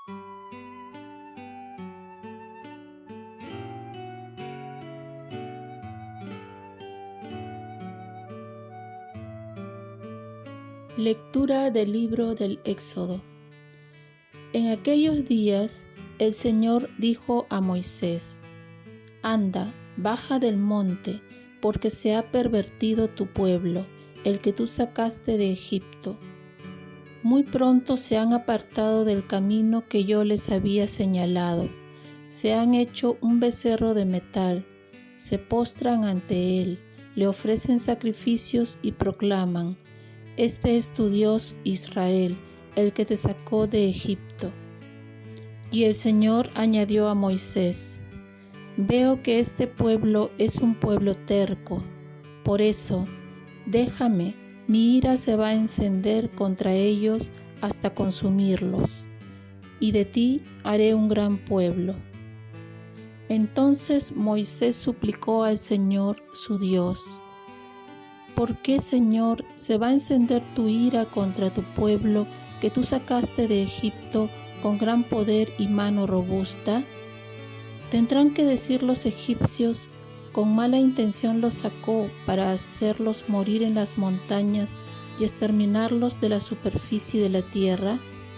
Lectura del libro del Éxodo. En aquellos días el Señor dijo a Moisés: Anda, baja del monte, porque se ha pervertido tu pueblo, el que tú sacaste de Egipto. Muy pronto se han apartado del camino que yo les había señalado. Se han hecho un becerro de metal, se postran ante él, le ofrecen sacrificios y proclaman: Este es tu Dios Israel, el que te sacó de Egipto. Y el Señor añadió a Moisés: Veo que este pueblo es un pueblo terco. Por eso, déjame, mi ira se va a encender contra ellos hasta consumirlos, y de ti haré un gran pueblo. Entonces Moisés suplicó al Señor su Dios: ¿Por qué, Señor, se va a encender tu ira contra tu pueblo que tú sacaste de Egipto con gran poder y mano robusta? Tendrán que decir los egipcios: con mala intención los sacó para hacerlos morir en las montañas y exterminarlos de la superficie de la tierra.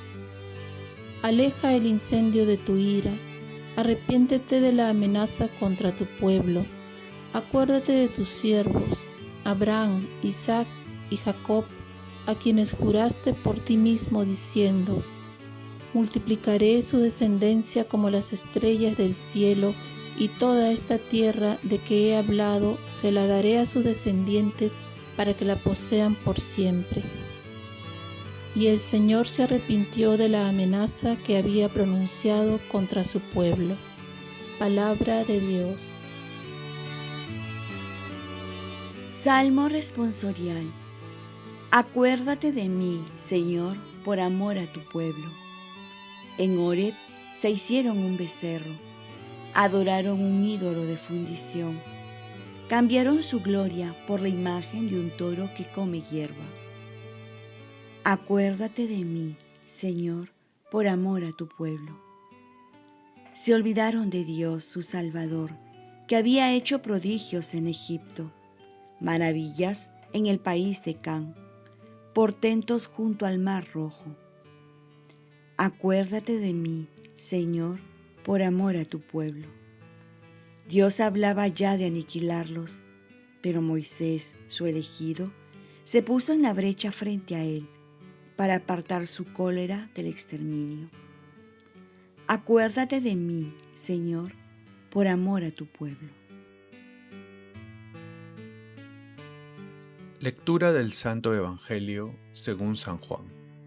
Aleja el incendio de tu ira, arrepiéntete de la amenaza contra tu pueblo, acuérdate de tus siervos, Abraham, Isaac y Jacob, a quienes juraste por ti mismo diciendo: multiplicaré su descendencia como las estrellas del cielo, y toda esta tierra de que he hablado se la daré a sus descendientes para que la posean por siempre. Y el Señor se arrepintió de la amenaza que había pronunciado contra su pueblo. Palabra de Dios. Salmo responsorial. Acuérdate de mí, Señor, por amor a tu pueblo. En Horeb se hicieron un becerro, adoraron un ídolo de fundición, cambiaron su gloria por la imagen de un toro que come hierba. Acuérdate de mí, Señor, por amor a tu pueblo. Se olvidaron de Dios, su Salvador, que había hecho prodigios en Egipto, maravillas en el país de Can, portentos junto al Mar Rojo. Acuérdate de mí, Señor, por amor a tu pueblo. Dios hablaba ya de aniquilarlos, pero Moisés, su elegido, se puso en la brecha frente a él para apartar su cólera del exterminio. Acuérdate de mí, Señor, por amor a tu pueblo. Lectura del Santo Evangelio según San Juan.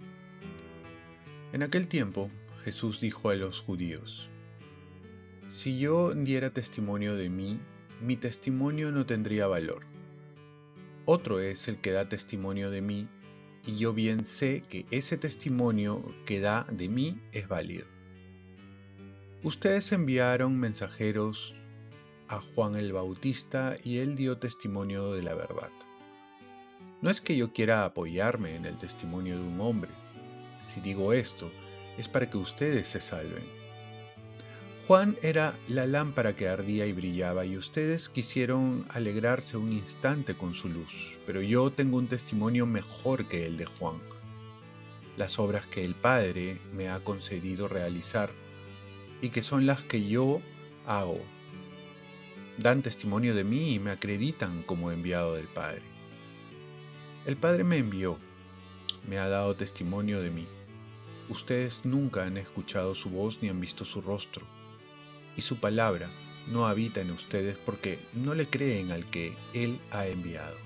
En aquel tiempo, Jesús dijo a los judíos: Si yo diera testimonio de mí, mi testimonio no tendría valor. Otro es el que da testimonio de mí, y yo bien sé que ese testimonio que da de mí es válido. Ustedes enviaron mensajeros a Juan el Bautista y él dio testimonio de la verdad. No es que yo quiera apoyarme en el testimonio de un hombre. Si digo esto, es para que ustedes se salven. Juan era la lámpara que ardía y brillaba, y ustedes quisieron alegrarse un instante con su luz, pero yo tengo un testimonio mejor que el de Juan. Las obras que el Padre me ha concedido realizar, y que son las que yo hago, dan testimonio de mí y me acreditan como enviado del Padre. El Padre me envió, me ha dado testimonio de mí. Ustedes nunca han escuchado su voz ni han visto su rostro, y su palabra no habita en ustedes porque no le creen al que Él ha enviado.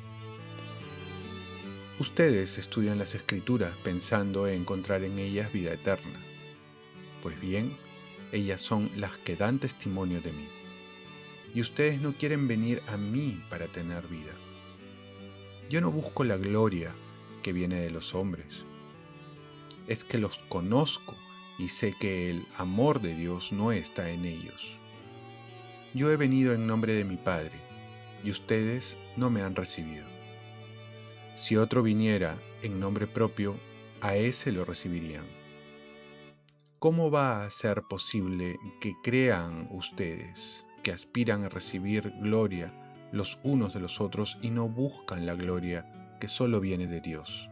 Ustedes estudian las Escrituras pensando en encontrar en ellas vida eterna. Pues bien, ellas son las que dan testimonio de mí. Y ustedes no quieren venir a mí para tener vida. Yo no busco la gloria que viene de los hombres. Es que los conozco y sé que el amor de Dios no está en ellos. Yo he venido en nombre de mi Padre, y ustedes no me han recibido. Si otro viniera en nombre propio, a ese lo recibirían. ¿cómo va a ser posible que crean ustedes, que aspiran a recibir gloria los unos de los otros y no buscan la gloria que solo viene de Dios?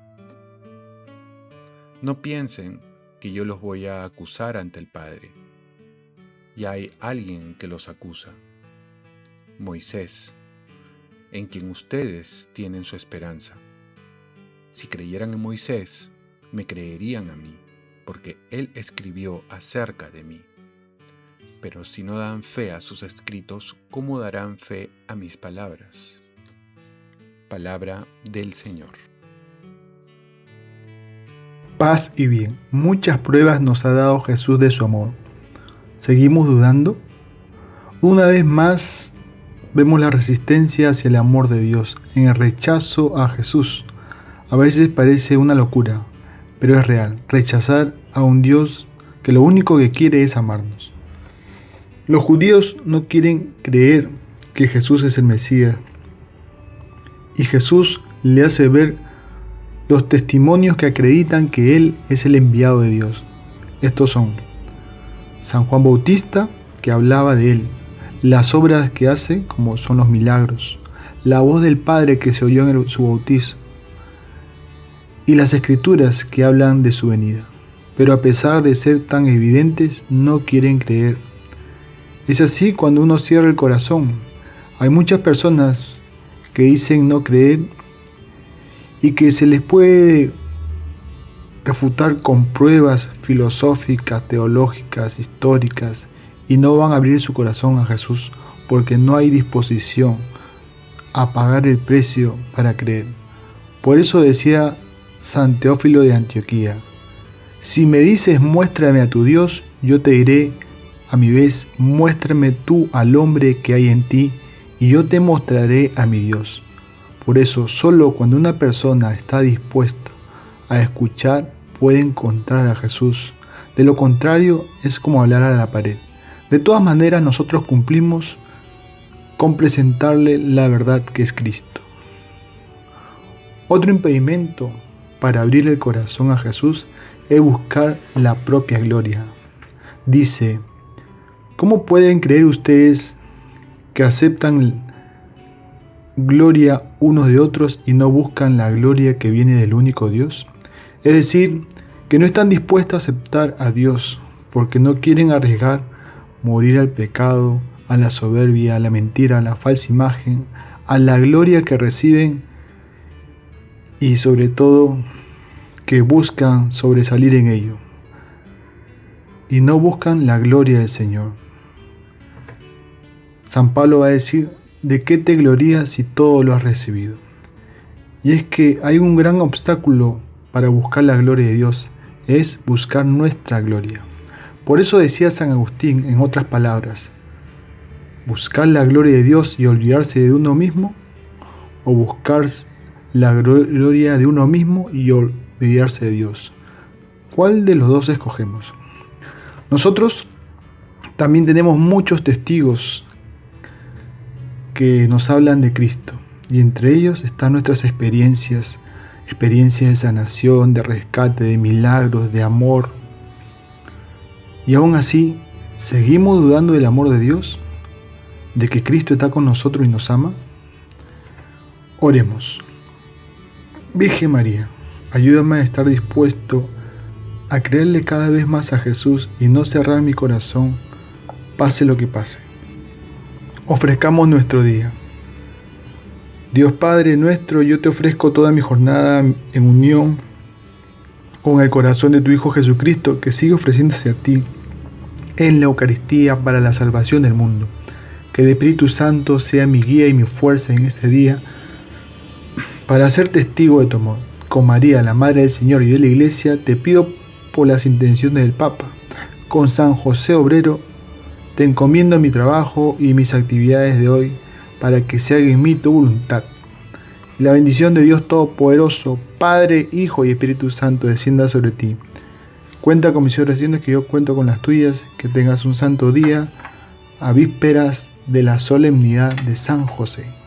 No piensen que yo los voy a acusar ante el Padre. Ya hay alguien que los acusa, Moisés, en quien ustedes tienen su esperanza. Si creyeran en Moisés, me creerían a mí, porque él escribió acerca de mí. Pero si no dan fe a sus escritos, ¿cómo darán fe a mis palabras? Palabra del Señor. Paz y bien. Muchas pruebas nos ha dado Jesús de su amor. ¿Seguimos dudando? Una vez más, vemos la resistencia hacia el amor de Dios, en el rechazo a Jesús. A veces parece una locura, pero es real. Rechazar a un Dios que lo único que quiere es amarnos. Los judíos no quieren creer que Jesús es el Mesías. Y Jesús le hace ver los testimonios que acreditan que Él es el enviado de Dios. Estos son San Juan Bautista, que hablaba de Él, las obras que hace, como son los milagros, la voz del Padre que se oyó en su bautizo, y las Escrituras que hablan de su venida. Pero a pesar de ser tan evidentes, no quieren creer. Es así cuando uno cierra el corazón. Hay muchas personas que dicen no creer y que se les puede refutar con pruebas filosóficas, teológicas, históricas, y no van a abrir su corazón a Jesús porque no hay disposición a pagar el precio para creer. Por eso decía San Teófilo de Antioquía: si me dices muéstrame a tu Dios, yo te diré a mi vez muéstrame tú al hombre que hay en ti, y yo te mostraré a mi Dios. Por eso, solo cuando una persona está dispuesta a escuchar, puede encontrar a Jesús. De lo contrario, es como hablar a la pared. De todas maneras, nosotros cumplimos con presentarle la verdad que es Cristo. Otro impedimento para abrir el corazón a Jesús es buscar la propia gloria. Dice: ¿cómo pueden creer ustedes que aceptan gloria unos de otros y no buscan la gloria que viene del único Dios? Es decir, que no están dispuestos a aceptar a Dios porque no quieren arriesgar morir al pecado, a la soberbia, a la mentira, a la falsa imagen, a la gloria que reciben, y sobre todo que buscan sobresalir en ello y no buscan la gloria del Señor. San Pablo va a decir: ¿de qué te glorías si todo lo has recibido? Y es que hay un gran obstáculo para buscar la gloria de Dios, es buscar nuestra gloria. Por eso decía San Agustín, en otras palabras: buscar la gloria de Dios y olvidarse de uno mismo, o buscar la gloria de uno mismo y olvidarse de Dios. ¿Cuál de los dos escogemos? Nosotros también tenemos muchos testigos que nos hablan de Cristo, y entre ellos están nuestras experiencias de sanación, de rescate, de milagros, de amor. Y aún así, ¿seguimos dudando del amor de Dios? ¿De que Cristo está con nosotros y nos ama? Oremos. Virgen María, ayúdame a estar dispuesto a creerle cada vez más a Jesús y no cerrar mi corazón, pase lo que pase. Ofrezcamos nuestro día. Dios Padre nuestro, yo te ofrezco toda mi jornada en unión con el corazón de tu Hijo Jesucristo, que sigue ofreciéndose a ti en la Eucaristía para la salvación del mundo. Que el Espíritu Santo sea mi guía y mi fuerza en este día para ser testigo de tu amor. Con María, la Madre del Señor y de la Iglesia, te pido por las intenciones del Papa. Con San José Obrero, te encomiendo mi trabajo y mis actividades de hoy para que se haga en mí tu voluntad. Y la bendición de Dios Todopoderoso, Padre, Hijo y Espíritu Santo, descienda sobre ti. Cuenta con mis oraciones, que yo cuento con las tuyas. Que tengas un santo día a vísperas de la solemnidad de San José.